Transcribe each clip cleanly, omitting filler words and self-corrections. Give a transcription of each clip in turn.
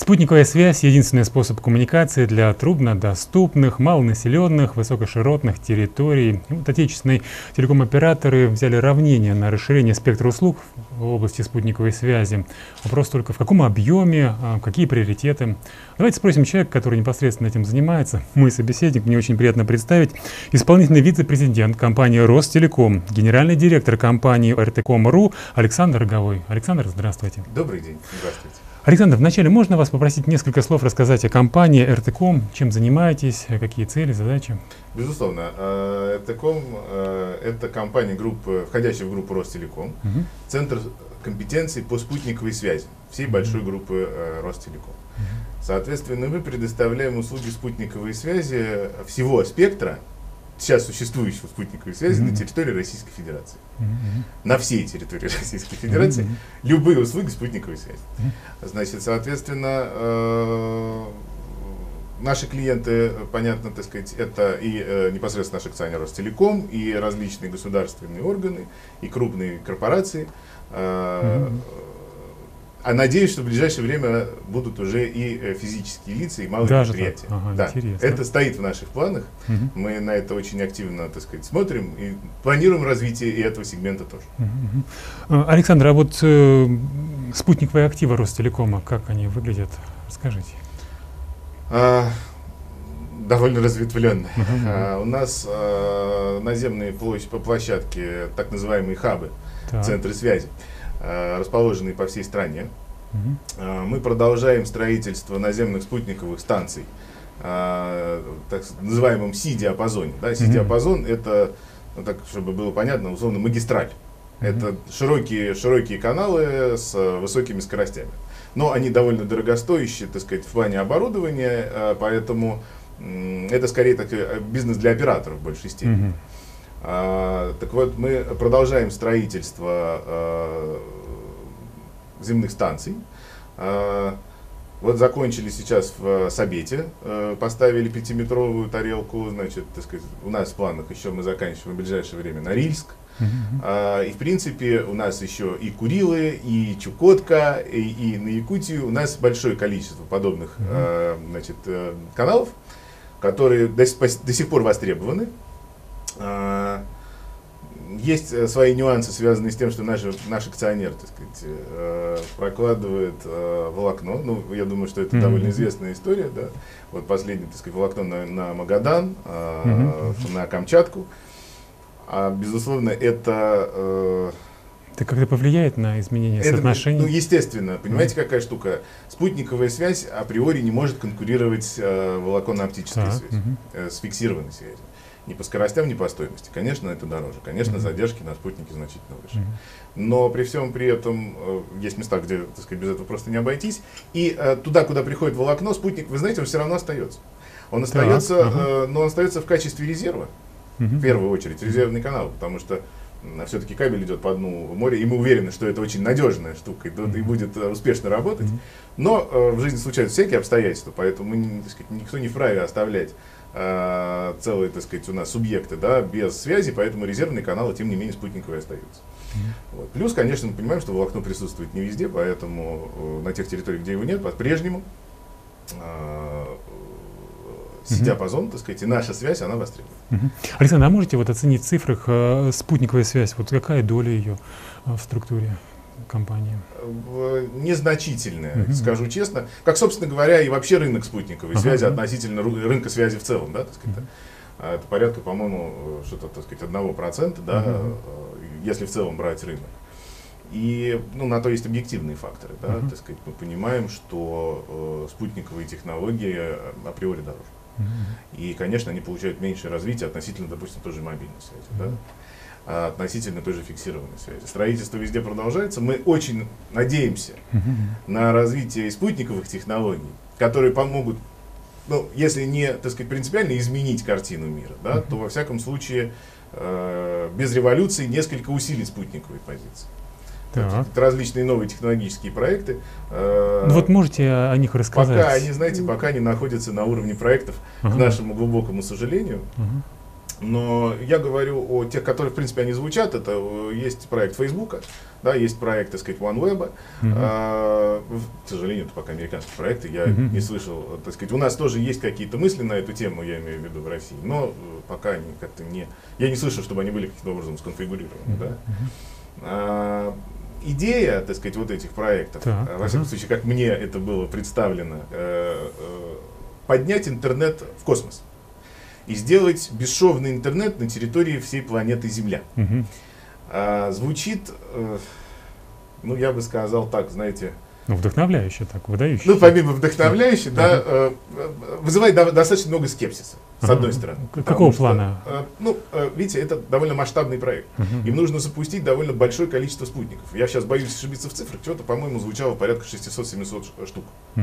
Спутниковая связь — единственный способ коммуникации для труднодоступных, малонаселенных, высокоширотных территорий. Вот отечественные телеком-операторы взяли равнение на расширение спектра услуг в области спутниковой связи. Вопрос только в каком объеме, какие приоритеты. Давайте спросим человека, который непосредственно этим занимается. Мой собеседник, мне очень приятно представить, исполнительный вице-президент компании Ростелеком, генеральный директор компании РТКом.ру Александр Роговой. Александр, здравствуйте. Добрый день, здравствуйте. Александр, вначале можно вас попросить несколько слов рассказать о компании РТКом, чем занимаетесь, какие цели, задачи? Безусловно, РТКом это компания, входящая в группу Ростелеком, центр компетенций по спутниковой связи всей большой группы Ростелеком. Соответственно, мы предоставляем услуги спутниковой связи всего спектра сейчас существующего спутниковой связи на территории Российской Федерации. На всей территории Российской Федерации любые услуги спутниковой связи. Значит, соответственно, наши клиенты, понятно, так сказать, это и непосредственно наш акционер Ростелеком, и различные государственные органы, и крупные корпорации. А надеюсь, что в ближайшее время будут уже и физические лица, и малые предприятия. Да, это стоит в наших планах. Мы на это очень активно, так сказать, смотрим и планируем развитие и этого сегмента тоже. Александр, а вот спутниковые активы Ростелекома, как они выглядят? Расскажите. Довольно разветвленно. У нас наземные площадки, так называемые хабы, центры связи, расположенные по всей стране. Мы продолжаем строительство наземных спутниковых станций, так называемом Си-диапазоне. Да, Си-диапазон — это, ну, так, чтобы было понятно, условно магистраль. Это широкие каналы с высокими скоростями. Но они довольно дорогостоящие, так сказать, в плане оборудования, поэтому это скорее бизнес для операторов в большей степени. Так вот, мы продолжаем строительство земных станций. Вот закончили сейчас в Сабете, поставили 5-метровую тарелку, значит, так сказать, у нас в планах еще мы заканчиваем в ближайшее время Норильск. И в принципе у нас еще и Курилы, и Чукотка, и на Якутию у нас большое количество подобных значит, каналов, которые до сих пор востребованы. Есть свои нюансы, связанные с тем, что наш акционер, так сказать, прокладывает волокно. Ну, я думаю, что это довольно известная история. Да? Вот последнее, так сказать, волокно на Магадан, на Камчатку. Безусловно, это как-то повлияет на изменение соотношений? Ну, естественно, понимаете, какая штука? Спутниковая связь априори не может конкурировать с волоконно-оптической связью, с фиксированной связью. Ни по скоростям, ни по стоимости. Конечно, это дороже. Конечно, задержки на спутнике значительно выше. Но при всем при этом есть места, где, так сказать, без этого просто не обойтись. И туда, куда приходит волокно, спутник, вы знаете, он все равно остается. Он остается, но он остается в качестве резерва. В первую очередь, резервный канал, потому что все-таки кабель идет по дну моря, и мы уверены, что это очень надежная штука и будет успешно работать. Но в жизни случаются всякие обстоятельства, поэтому, так сказать, никто не вправе оставлять целые, так сказать, у нас субъекты, да, без связи, поэтому резервные каналы, тем не менее, спутниковые остаются. Вот. Плюс, конечно, мы понимаем, что волокно присутствует не везде, поэтому на тех территориях, где его нет, по-прежнему Си-диапазон, так сказать, и наша связь, она востребована. Александр, а можете вот оценить в цифрах спутниковая связь? Вот какая доля ее в структуре компании? Незначительная, скажу честно. Как, собственно говоря, и вообще рынок спутниковой связи относительно рынка связи в целом, да, так сказать. Это порядка, по-моему, что-то, так сказать, 1%, да, если в целом брать рынок. И, ну, на то есть объективные факторы, да, так сказать. Мы понимаем, что спутниковые технологии априори дороже. И, конечно, они получают меньшее развитие относительно, допустим, той же мобильной связи, да? Относительно той же фиксированной связи. Строительство везде продолжается. Мы очень надеемся на развитие спутниковых технологий, которые помогут, ну, если не, так сказать, принципиально изменить картину мира, да, то, во всяком случае, без революции несколько усилить спутниковые позиции. Различные новые технологические проекты. Ну вот можете о них рассказать? Пока они, знаете, пока не находятся на уровне проектов, к нашему глубокому сожалению. Но я говорю о тех, которые, в принципе, они звучат. Это есть проект Фейсбука, да, есть проект, так сказать, OneWeb. К сожалению, это пока американские проекты, я не слышал, так сказать. У нас тоже есть какие-то мысли на эту тему, я имею в виду в России, но пока они как-то не... Я не слышал, чтобы они были каким-то образом сконфигурированы. Да. Идея, так сказать, вот этих проектов, во всяком случае, как мне это было представлено, поднять интернет в космос и сделать бесшовный интернет на территории всей планеты Земля. Звучит, ну, я бы сказал так, знаете... Ну, вдохновляюще так, выдающий. Ну, помимо вдохновляющего, да, вызывает достаточно много скепсиса, с одной стороны. Какого плана? Ну, видите, это довольно масштабный проект. Им нужно запустить довольно большое количество спутников. Я сейчас боюсь ошибиться в цифрах, что-то, по-моему, звучало порядка 600-700 штук.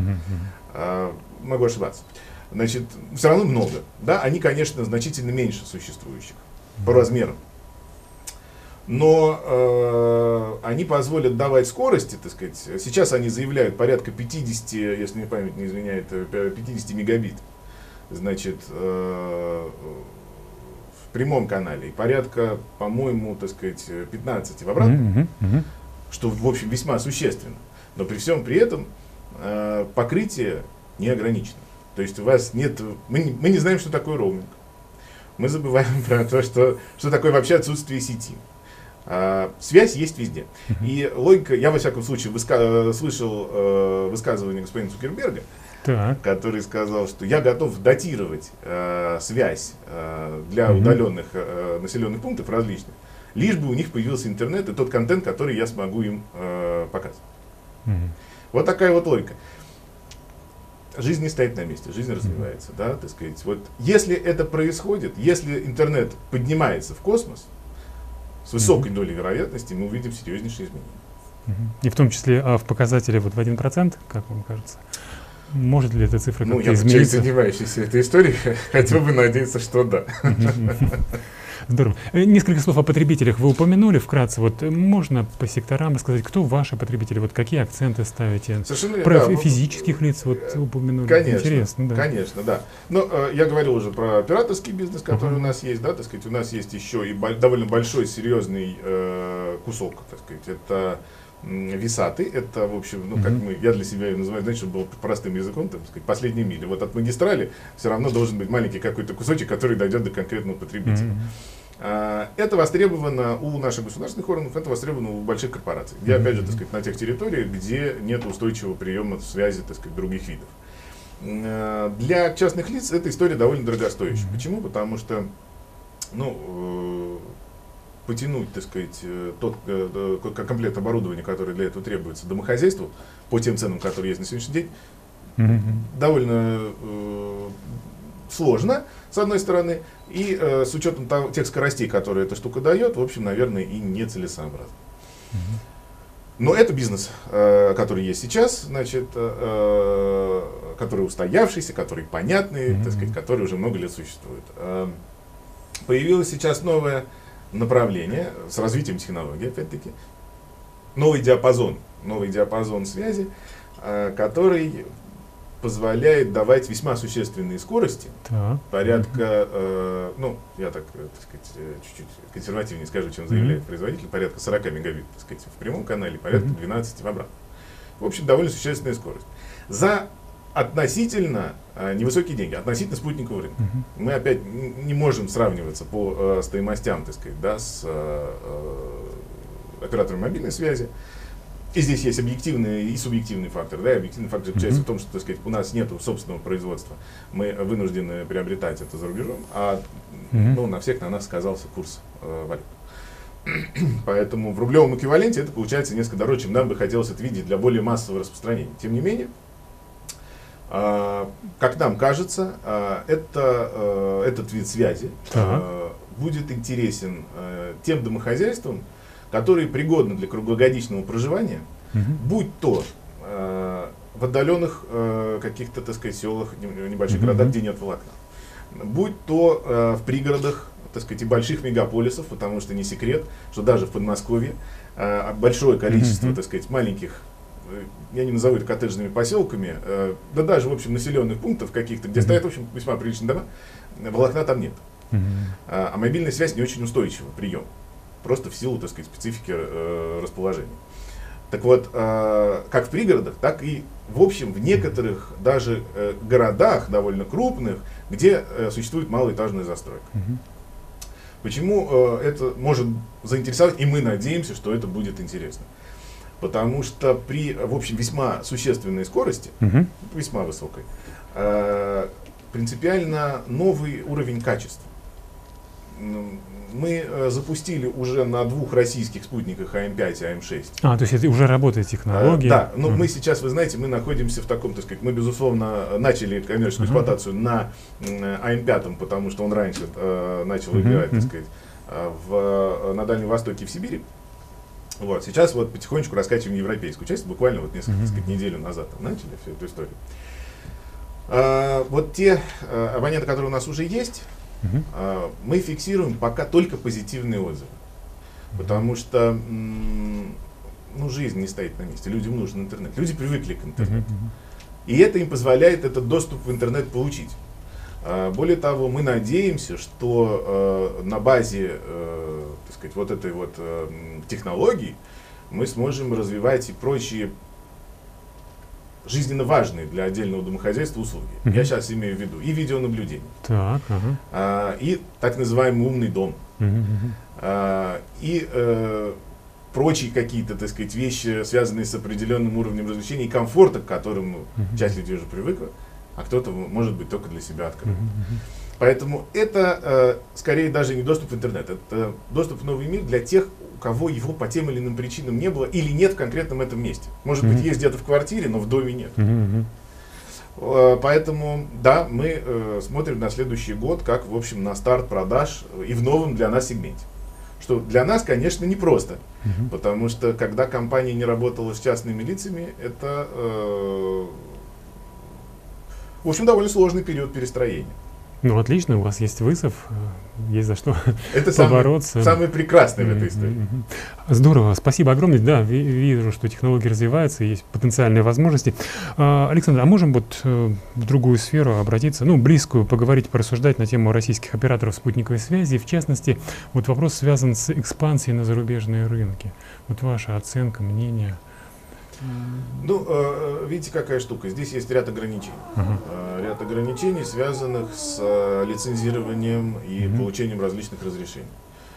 Могу ошибаться. Значит, все равно много. Да, они, конечно, значительно меньше существующих по размерам. Но они позволят давать скорости, так сказать. Сейчас они заявляют порядка 50, если мне память не изменяет, 50 мегабит. Значит, в прямом канале. И порядка, по-моему, так сказать, 15 в обратном. Что, в общем, весьма существенно. Но при всем при этом покрытие не ограничено. То есть у вас нет... Мы не знаем, что такое роуминг. Мы забываем про то, что такое вообще отсутствие сети. Связь есть везде. И логика... Я, во всяком случае, слышал высказывание господина Цукерберга, который сказал, что я готов датировать связь для удаленных населенных пунктов различных, лишь бы у них появился интернет и тот контент, который я смогу им показывать. Вот такая вот логика. Жизнь не стоит на месте, жизнь развивается, да, так сказать. Вот если это происходит, если интернет поднимается в космос, с высокой долей вероятности мы увидим серьезнейшие изменения. И в том числе в показателе вот в 1%, как вам кажется? Может ли эта цифра как-то измениться? Ну, я человек, занимающийся этой историей, хотел бы надеяться, что да. Здорово. Несколько слов о потребителях вы упомянули вкратце. Вот можно по секторам рассказать, кто ваши потребители, вот какие акценты ставите? Совершенно про да, физических лиц вот упомянули. Конечно, интересно, да. Конечно, да. Но я говорил уже про операторский бизнес, который у нас есть, да, так сказать, у нас есть еще и довольно большой, серьезный кусок, так сказать, это висаты, это, в общем, ну, как я для себя ее называю, знаете, чтобы было простым языком, так сказать, последняя миля. Вот от магистрали все равно должен быть маленький какой-то кусочек, который дойдет до конкретного потребителя. Это востребовано у наших государственных органов, это востребовано у больших корпораций. Где, опять же, так сказать, на тех территориях, где нет устойчивого приема связи, так сказать, других видов. Для частных лиц эта история довольно дорогостоящая. Почему? Потому что, ну, потянуть, так сказать, тот комплект оборудования, который для этого требуется домохозяйству, по тем ценам, которые есть на сегодняшний день, довольно сложно, с одной стороны, и с учетом тех скоростей, которые эта штука дает, в общем, наверное, и нецелесообразно. Но это бизнес, который есть сейчас, значит, который устоявшийся, который понятный, так сказать, который уже много лет существует. Появилось сейчас новое направление с развитием технологий, опять-таки, новый диапазон связи, который позволяет давать весьма существенные скорости, порядка, ну, я так сказать, чуть-чуть консервативнее скажу, чем заявляет производитель, порядка 40 мегабит, так сказать, в прямом канале, порядка 12 в обратном. В общем, довольно существенная скорость. За относительно невысокие деньги, относительно спутникового рынка. Мы опять не можем сравниваться по стоимостям, так сказать, да, с оператором мобильной связи. И здесь есть объективный и субъективный фактор. Да, и объективный фактор заключается в том, что, так сказать, у нас нет собственного производства. Мы вынуждены приобретать это за рубежом, а ну, на всех на нас сказался курс валют. Поэтому в рублевом эквиваленте это получается несколько дороже, чем нам бы хотелось это видеть для более массового распространения. Тем не менее, как нам кажется, этот вид связи будет интересен тем домохозяйствам, которые пригодны для круглогодичного проживания, будь то в отдаленных каких-то, так сказать, селах, небольших городах, где нет волокна, будь то в пригородах, так сказать, и больших мегаполисов, потому что не секрет, что даже в Подмосковье большое количество, так сказать, маленьких, я не назову это коттеджными поселками, да даже, в общем, населенных пунктов каких-то, где стоят, в общем, весьма приличные дома, волокна там нет. А мобильная связь не очень устойчивый прием, просто в силу, так сказать, специфики расположения. Так вот, как в пригородах, так и в общем в некоторых даже городах, довольно крупных, где существует малоэтажная застройка. Почему это может заинтересовать, и мы надеемся, что это будет интересно. Потому что при, в общем, весьма существенной скорости, весьма высокой, принципиально новый уровень качества. Мы запустили уже на 2 российских спутниках АМ-5 и АМ-6. То есть это уже работает технология? Да, но мы сейчас, вы знаете, мы находимся в таком, так сказать, мы, безусловно, начали коммерческую эксплуатацию на АМ-5, потому что он раньше начал играть, так сказать, на Дальнем Востоке и в Сибири. Вот, сейчас вот потихонечку раскачиваем европейскую часть, буквально вот несколько, так сказать, неделю назад начали всю эту историю. Вот те абоненты, которые у нас уже есть, мы фиксируем пока только позитивные отзывы, потому что жизнь не стоит на месте, людям нужен интернет, люди привыкли к интернету, и это им позволяет этот доступ в интернет получить. Более того, мы надеемся, что на базе, так сказать, вот этой вот технологии мы сможем развивать и прочие жизненно важные для отдельного домохозяйства услуги. Я сейчас имею в виду и видеонаблюдение, и так называемый умный дом, и прочие какие-то, так сказать, вещи, связанные с определенным уровнем развлечений и комфорта, к которому часть людей уже привыкла, а кто-то, может быть, только для себя открыл. Поэтому это скорее даже не доступ в интернет, это доступ в новый мир для тех, у кого его по тем или иным причинам не было или нет в конкретном этом месте. Может быть, есть где-то в квартире, но в доме нет. Поэтому, да, мы смотрим на следующий год как, в общем, на старт продаж и в новом для нас сегменте. Что для нас, конечно, непросто, потому что когда компания не работала с частными лицами, это, в общем, довольно сложный период перестроения. Ну, отлично, у вас есть вызов, есть за что это побороться. Это самое прекрасное в этой истории. Здорово, спасибо огромное. Да, вижу, что технологии развиваются, есть потенциальные возможности. Александр, а можем вот в другую сферу обратиться, близкую, поговорить, порассуждать на тему российских операторов спутниковой связи. В частности, вот вопрос связан с экспансией на зарубежные рынки. Вот ваша оценка, мнение. Видите, какая штука. Здесь есть ряд ограничений. Ряд ограничений, связанных с лицензированием и получением различных разрешений.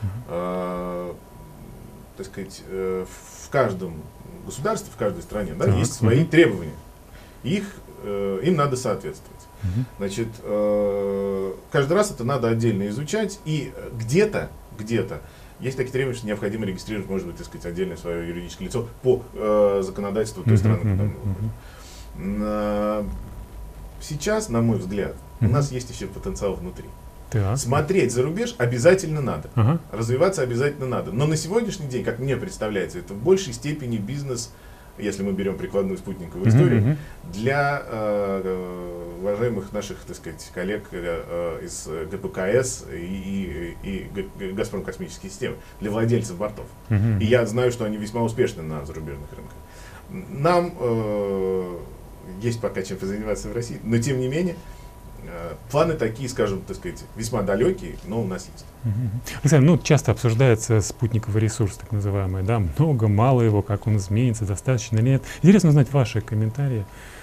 Так сказать, в каждом государстве, в каждой стране, есть свои требования. Им надо соответствовать. Значит, каждый раз это надо отдельно изучать, и где-то есть такие требования, что необходимо регистрировать, может быть, так сказать, отдельное свое юридическое лицо по законодательству той страны, куда мы выходим. Сейчас, на мой взгляд, у нас есть еще потенциал внутри. Смотреть за рубеж обязательно надо, развиваться обязательно надо. Но на сегодняшний день, как мне представляется, это в большей степени бизнес, если мы берем прикладную спутниковую историю, для уважаемых наших, так сказать, коллег из ГПКС и Газпром космические системы, для владельцев бортов. И я знаю, что они весьма успешны на зарубежных рынках. Нам есть пока чем позаниматься в России, но тем не менее планы такие, скажем, так сказать, весьма далекие, но у нас есть. Александр, часто обсуждается спутниковый ресурс, так называемый, да, много, мало его, как он изменится, достаточно или нет. Интересно узнать ваши комментарии.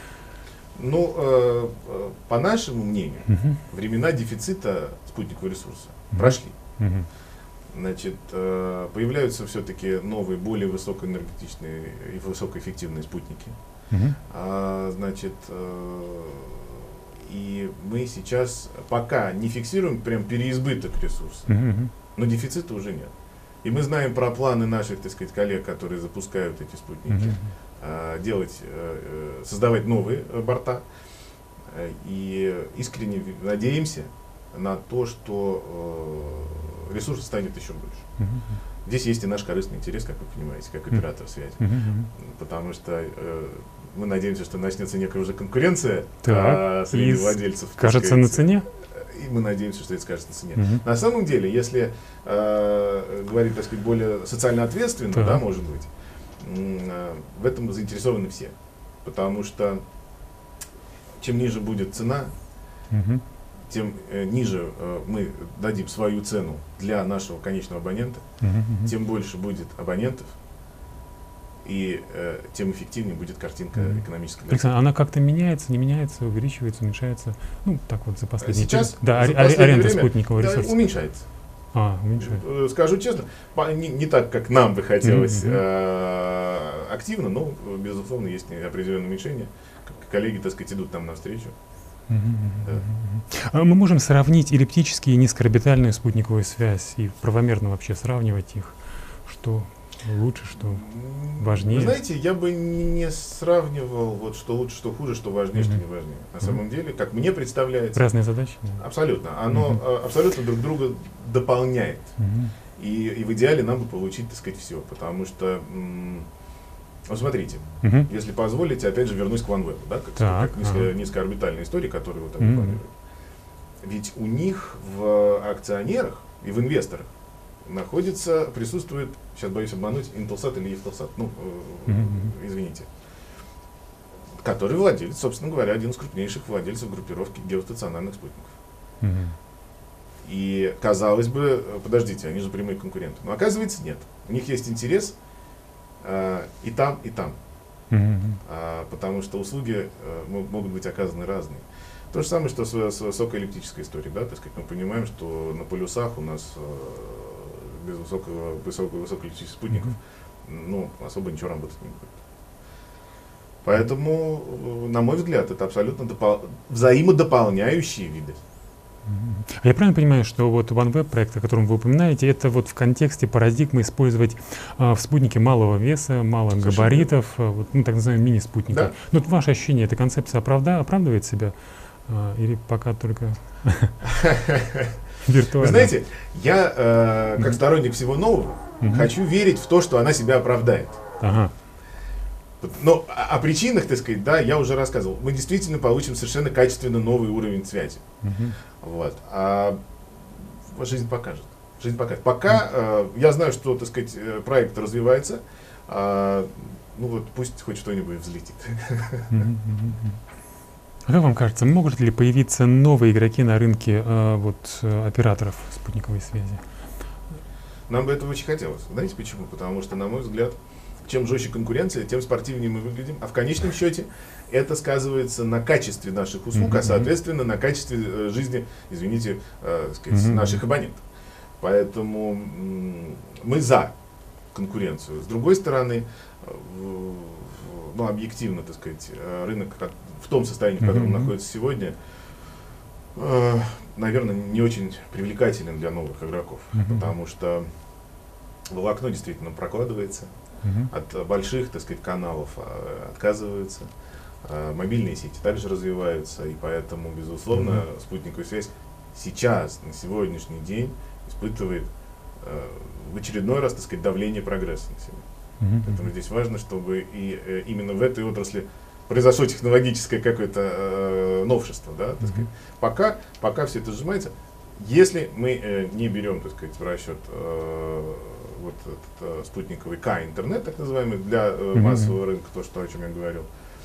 По нашему мнению, времена дефицита спутникового ресурса прошли. Значит, появляются все-таки новые, более высокоэнергетичные и высокоэффективные спутники. Значит, и мы сейчас пока не фиксируем прям переизбыток ресурсов, но дефицита уже нет. И мы знаем про планы наших, так сказать, коллег, которые запускают эти спутники, создавать новые борта. И искренне надеемся на то, что ресурсов станет еще больше. Здесь есть и наш корыстный интерес, как вы понимаете, как оператор связи. Потому что мы надеемся, что начнется некая уже конкуренция среди владельцев. Скажется на цене? И мы надеемся, что это скажется на цене. На самом деле, если говорить, так сказать, более социально ответственно, да, может быть, в этом заинтересованы все. Потому что чем ниже будет цена, тем ниже мы дадим свою цену для нашего конечного абонента, тем больше будет абонентов, и тем эффективнее будет картинка экономическая. Александр, она как-то меняется, не меняется, увеличивается, уменьшается? Ну, так вот за последний Сейчас, да, аренда спутникового ресурса. Уменьшается. Уменьшается. Скажу честно, не так, как нам бы хотелось активно, но, безусловно, есть определенное уменьшение. Коллеги, так сказать, идут нам навстречу. Мы можем сравнить эллиптические и низкоорбитальную спутниковую связь и правомерно вообще сравнивать их, что лучше, что важнее? Вы знаете, я бы не сравнивал, вот, что лучше, что хуже, что важнее, что не важнее. На самом деле, как мне представляется... Разные задачи? Абсолютно. Оно абсолютно друг друга дополняет. И в идеале нам бы получить, так сказать, все. Потому что, вот смотрите, если позволите, опять же вернусь к OneWeb, да, как низкоорбитальной истории, которую вы так говорили. Ведь у них в акционерах и в инвесторах присутствует, сейчас боюсь обмануть, Intelsat или Eutelsat, извините, который владелец, собственно говоря, один из крупнейших владельцев группировки геостационарных спутников. И казалось бы, подождите, они же прямые конкуренты. Но оказывается, нет. У них есть интерес и там, и там. Потому что услуги могут быть оказаны разные. То же самое, что с высокоэллиптической историей. Да? То есть, как мы понимаем, что на полюсах у нас без высокоэллиптических спутников особо ничего работать не будет. Поэтому, на мой взгляд, это абсолютно взаимодополняющие виды. Я правильно понимаю, что вот OneWeb проект, о котором вы упоминаете, это вот в контексте парадигмы использовать в спутнике малого веса, малых габаритов, так называемые мини-спутники. Да. Ну, вот ваше ощущение, эта концепция оправдывает себя? Или пока только виртуально? Вы знаете, я, как сторонник всего нового, хочу верить в то, что она себя оправдает. Но о причинах, так сказать, да, я уже рассказывал. Мы действительно получим совершенно качественно новый уровень связи. Вот. А жизнь покажет. Пока я знаю, что, так сказать, проект развивается. Пусть хоть что-нибудь взлетит. А как вам кажется, могут ли появиться новые игроки на рынке операторов спутниковой связи? Нам бы этого очень хотелось. Знаете почему? Потому что, на мой взгляд, чем жестче конкуренция, тем спортивнее мы выглядим. А в конечном счете это сказывается на качестве наших услуг, а соответственно на качестве жизни, извините, наших абонентов. Поэтому мы за конкуренцию. С другой стороны, объективно, так сказать, рынок в том состоянии, в котором он находится сегодня, наверное, не очень привлекателен для новых игроков, потому что волокно действительно прокладывается, от больших, так сказать, каналов отказываются, мобильные сети также развиваются, и поэтому, безусловно, спутниковая связь сейчас, на сегодняшний день, испытывает в очередной раз, так сказать, давление прогресса на себя. Поэтому здесь важно, чтобы и именно в этой отрасли произошло технологическое какое-то новшество, да, так сказать. Пока все это сжимается, если мы не берем, так сказать, в расчет этот спутниковый К-интернет, так называемый, для массового рынка, о чем я говорил.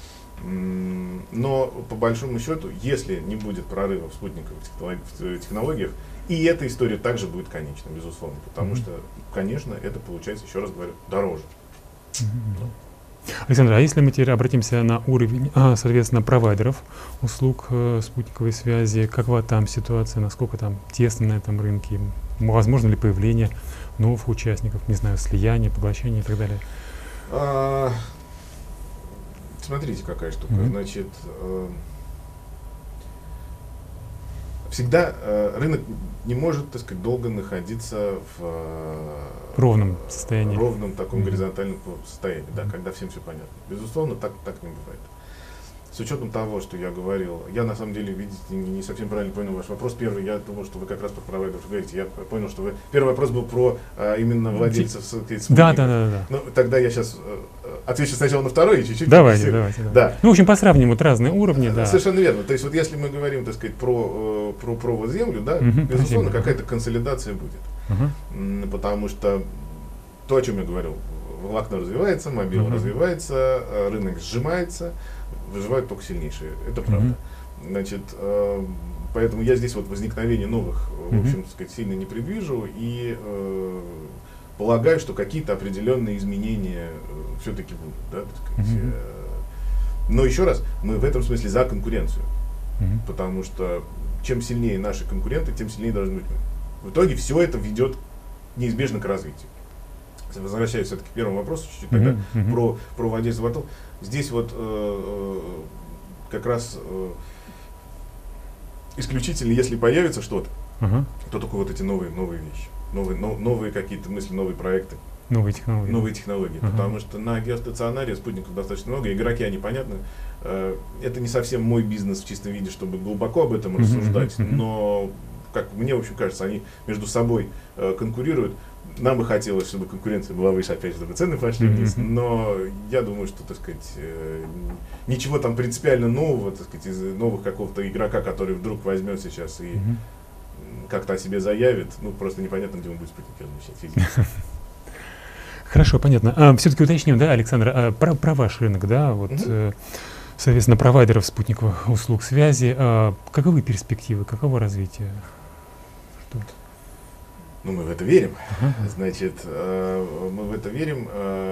Но по большому счету, если не будет прорыва в спутниковых технологиях, и эта история также будет конечна, безусловно, потому что, конечно, это получается, еще раз говорю, дороже. Александр, а если мы теперь обратимся на уровень, соответственно, провайдеров услуг спутниковой связи, какова там ситуация, насколько там тесно на этом рынке, возможно ли появление новых участников, не знаю, слияние, поглощение и так далее? Смотрите, какая штука. Значит, всегда рынок не может, так сказать, долго находиться в ровном состоянии. Ровном таком горизонтальном состоянии, да, когда всем все понятно. Безусловно, так не бывает. С учетом того, что я говорил, я на самом деле, видите, не совсем правильно понял ваш вопрос. Первый, я думал, что вы как раз про провайдеров говорите. Я понял, что вы... Первый вопрос был про именно владельцев спутников. Да. Ну, тогда я сейчас отвечу сначала на второй и чуть-чуть. Давайте. Да. Ну, в общем, посравним разные уровни, да. Совершенно верно. То есть, вот если мы говорим, так сказать, про провод землю, да, безусловно, какая-то консолидация будет. Потому что то, о чем я говорил, волокно развивается, мобил развивается, рынок сжимается, выживают только сильнейшие. Это правда. Значит, поэтому я здесь вот возникновение новых, в общем, так сказать, сильно не предвижу, и полагаю, что какие-то определенные изменения все-таки будут, да, так сказать. Но еще раз, мы в этом смысле за конкуренцию, потому что чем сильнее наши конкуренты, тем сильнее должны быть мы. В итоге все это ведет неизбежно к развитию. Возвращаясь все-таки к первому вопросу, чуть-чуть тогда про владельца бортов. Здесь вот как раз исключительно, если появится что-то, то только вот эти новые вещи, новые какие-то мысли, новые проекты. Новые технологии. Новые технологии. Потому что на геостационаре спутников достаточно много, игроки, они понятны. Это не совсем мой бизнес в чистом виде, чтобы глубоко об этом рассуждать, но, как мне, в общем, кажется, они между собой конкурируют. Нам бы хотелось, чтобы конкуренция была выше, опять же, чтобы цены пошли вниз, но я думаю, что, так сказать, ничего там принципиально нового, так сказать, из новых какого-то игрока, который вдруг возьмет сейчас и как-то о себе заявит, ну, просто непонятно, где он будет спутники размещать физически. Хорошо, понятно. Все-таки уточним, да, Александр, про ваш рынок, да, вот, соответственно, провайдеров спутниковых услуг связи. Каковы перспективы, каково развитие? Что? Ну, мы в это верим. Значит, мы в это верим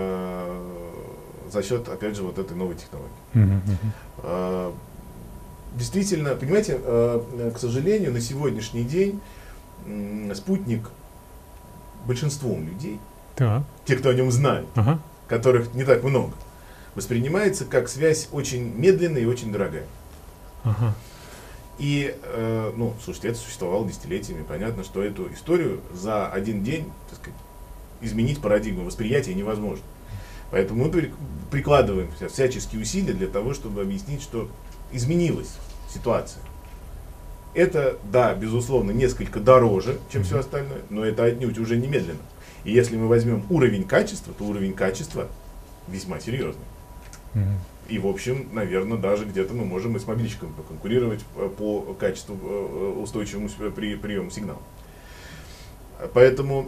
за счет, опять же, вот этой новой технологии. Действительно, понимаете, к сожалению, на сегодняшний день спутник большинством людей, те, кто о нем знают, которых не так много, воспринимается как связь очень медленная и очень дорогая. И, ну, слушайте, это существовало десятилетиями. Понятно, что эту историю за один день, так сказать, изменить парадигму восприятия невозможно. Поэтому мы прикладываем всяческие усилия для того, чтобы объяснить, что изменилась ситуация. Это, да, безусловно, несколько дороже, чем все остальное, но это отнюдь уже немедленно. И если мы возьмем уровень качества, то уровень качества весьма серьезный. И, в общем, наверное, даже где-то мы можем и с мобильщиками поконкурировать по качеству устойчивому при приему сигнала. Поэтому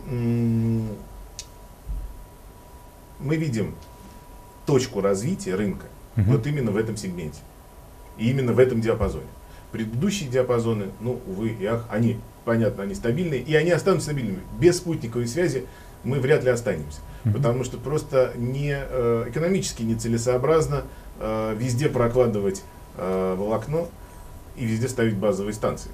мы видим точку развития рынка вот именно в этом сегменте. И именно в этом диапазоне. Предыдущие диапазоны, ну, увы и ах, они, понятно, они стабильные, и они останутся стабильными. Без спутниковой связи мы вряд ли останемся. Потому что просто экономически нецелесообразно везде прокладывать волокно и везде ставить базовые станции.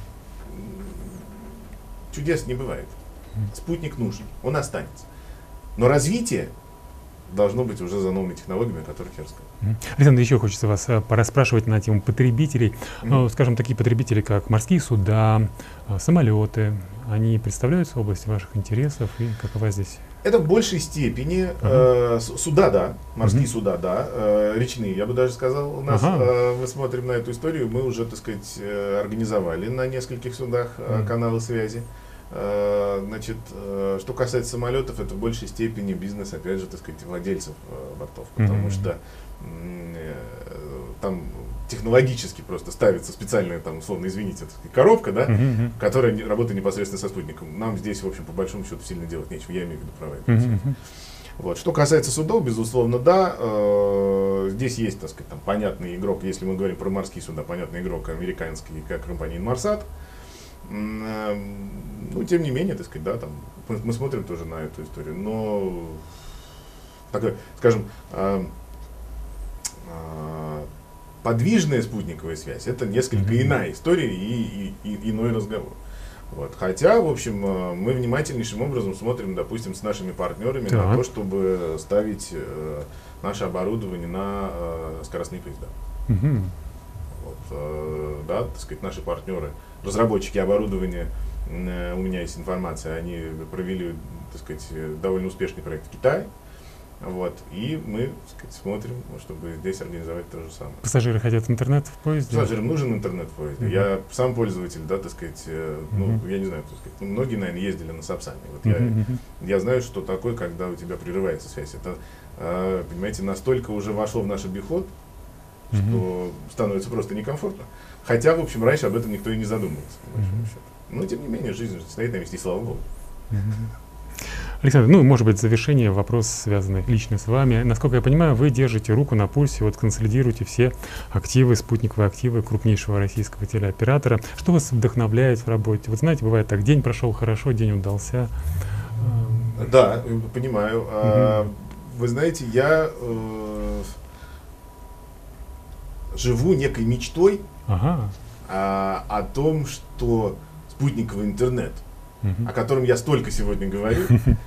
Чудес не бывает. Спутник нужен, он останется. Но развитие должно быть уже за новыми технологиями, о которых я рассказал. Александр, еще хочется вас порасспрашивать на тему потребителей. Скажем, такие потребители, как морские суда, самолеты, они представляются в области ваших интересов, и какова здесь? Это в большей степени суда, да, морские суда, да, речные, я бы даже сказал. У нас, мы смотрим на эту историю, мы уже, так сказать, организовали на нескольких судах каналы связи. Значит, что касается самолетов, это в большей степени бизнес, опять же, так сказать, владельцев бортов, потому что там технологически просто ставится специальная, там, условно, извините, коробка, да, которая работает непосредственно со спутником. Нам здесь, в общем, по большому счету сильно делать нечего, я имею в виду провайдеров. Вот. Что касается судов, безусловно, да, здесь есть, так сказать, там, понятный игрок, если мы говорим про морские суда, понятный игрок американский, как компания Inmarsat. Ну, тем не менее, так сказать, да, там, мы смотрим тоже на эту историю, но, такая, скажем, подвижная спутниковая связь — это несколько иная история и иной разговор. Вот. Хотя, в общем, мы внимательнейшим образом смотрим, допустим, с нашими партнерами на то, чтобы ставить наше оборудование на скоростные поезда. Вот, да, так сказать, наши партнеры, разработчики оборудования, у меня есть информация, они провели, так сказать, довольно успешный проект в Китае. Вот, и мы, так сказать, смотрим, чтобы здесь организовать то же самое. Пассажиры хотят интернет в поезде? Пассажирам нужен интернет в поезде. Я сам пользователь, да, так сказать, ну, я не знаю, так сказать, многие, наверное, ездили на Сапсане. Вот я знаю, что такое, когда у тебя прерывается связь. Это, понимаете, настолько уже вошло в наш обиход, что становится просто некомфортно. Хотя, в общем, раньше об этом никто и не задумывался, по большому счету. Но, тем не менее, жизнь стоит на месте, и слава богу. Александр, ну, может быть, в завершение вопрос, связанный лично с вами. Насколько я понимаю, вы держите руку на пульсе, вот консолидируете все активы, спутниковые активы крупнейшего российского телеоператора. Что вас вдохновляет в работе? Вот знаете, бывает так, день прошел хорошо, день удался. Да, понимаю. Вы знаете, я живу некой мечтой о том, что спутниковый интернет, о котором я столько сегодня говорю,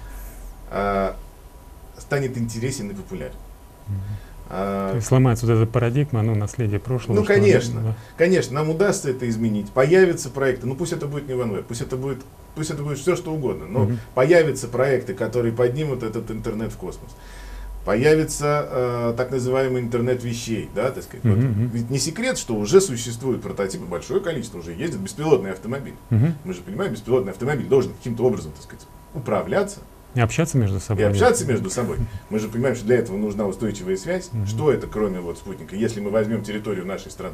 станет интересен и популярен. То есть сломается вот эта парадигма, ну, наследие прошлого. Ну, конечно, конечно, нам удастся это изменить. Появятся проекты, ну пусть это будет не OneWeb, пусть это будет все, что угодно, но появятся проекты, которые поднимут этот интернет в космос. Появится так называемый интернет вещей, да, так сказать. Ведь не секрет, что уже существуют прототипы, большое количество уже ездит беспилотный автомобиль. Мы же понимаем, беспилотный автомобиль должен каким-то образом, так сказать, управляться. И общаться между собой. И общаться между собой. Мы же понимаем, что для этого нужна устойчивая связь. Что это, кроме вот спутника, если мы возьмем территорию нашей страны?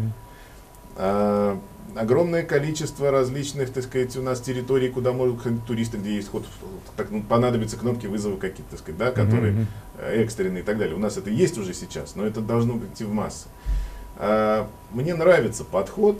Огромное количество различных, так сказать, у нас территорий, куда могут ходить туристы, где есть ход, так, ну, понадобятся кнопки вызова какие-то, так сказать, да, которые экстренные и так далее. У нас это есть уже сейчас, но это должно идти в массы. Мне нравится подход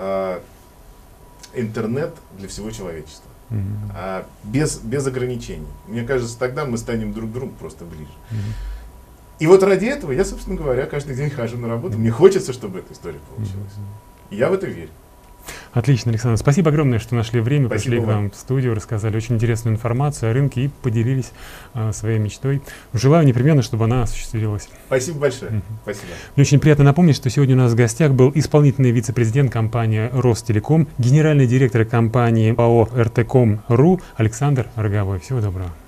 интернет для всего человечества. Без ограничений. Мне кажется, тогда мы станем друг к другу просто ближе. И вот ради этого я, собственно говоря, каждый день хожу на работу. Мне хочется, чтобы эта история получилась. И я в это верю. Отлично, Александр. Спасибо огромное, что нашли время, Спасибо пришли к нам в студию, рассказали очень интересную информацию о рынке и поделились своей мечтой. Желаю непременно, чтобы она осуществилась. Спасибо большое. Спасибо. Мне очень приятно напомнить, что сегодня у нас в гостях был исполнительный вице-президент компании Ростелеком, генеральный директор компании ПАО РТКом.ру Александр Роговой. Всего доброго.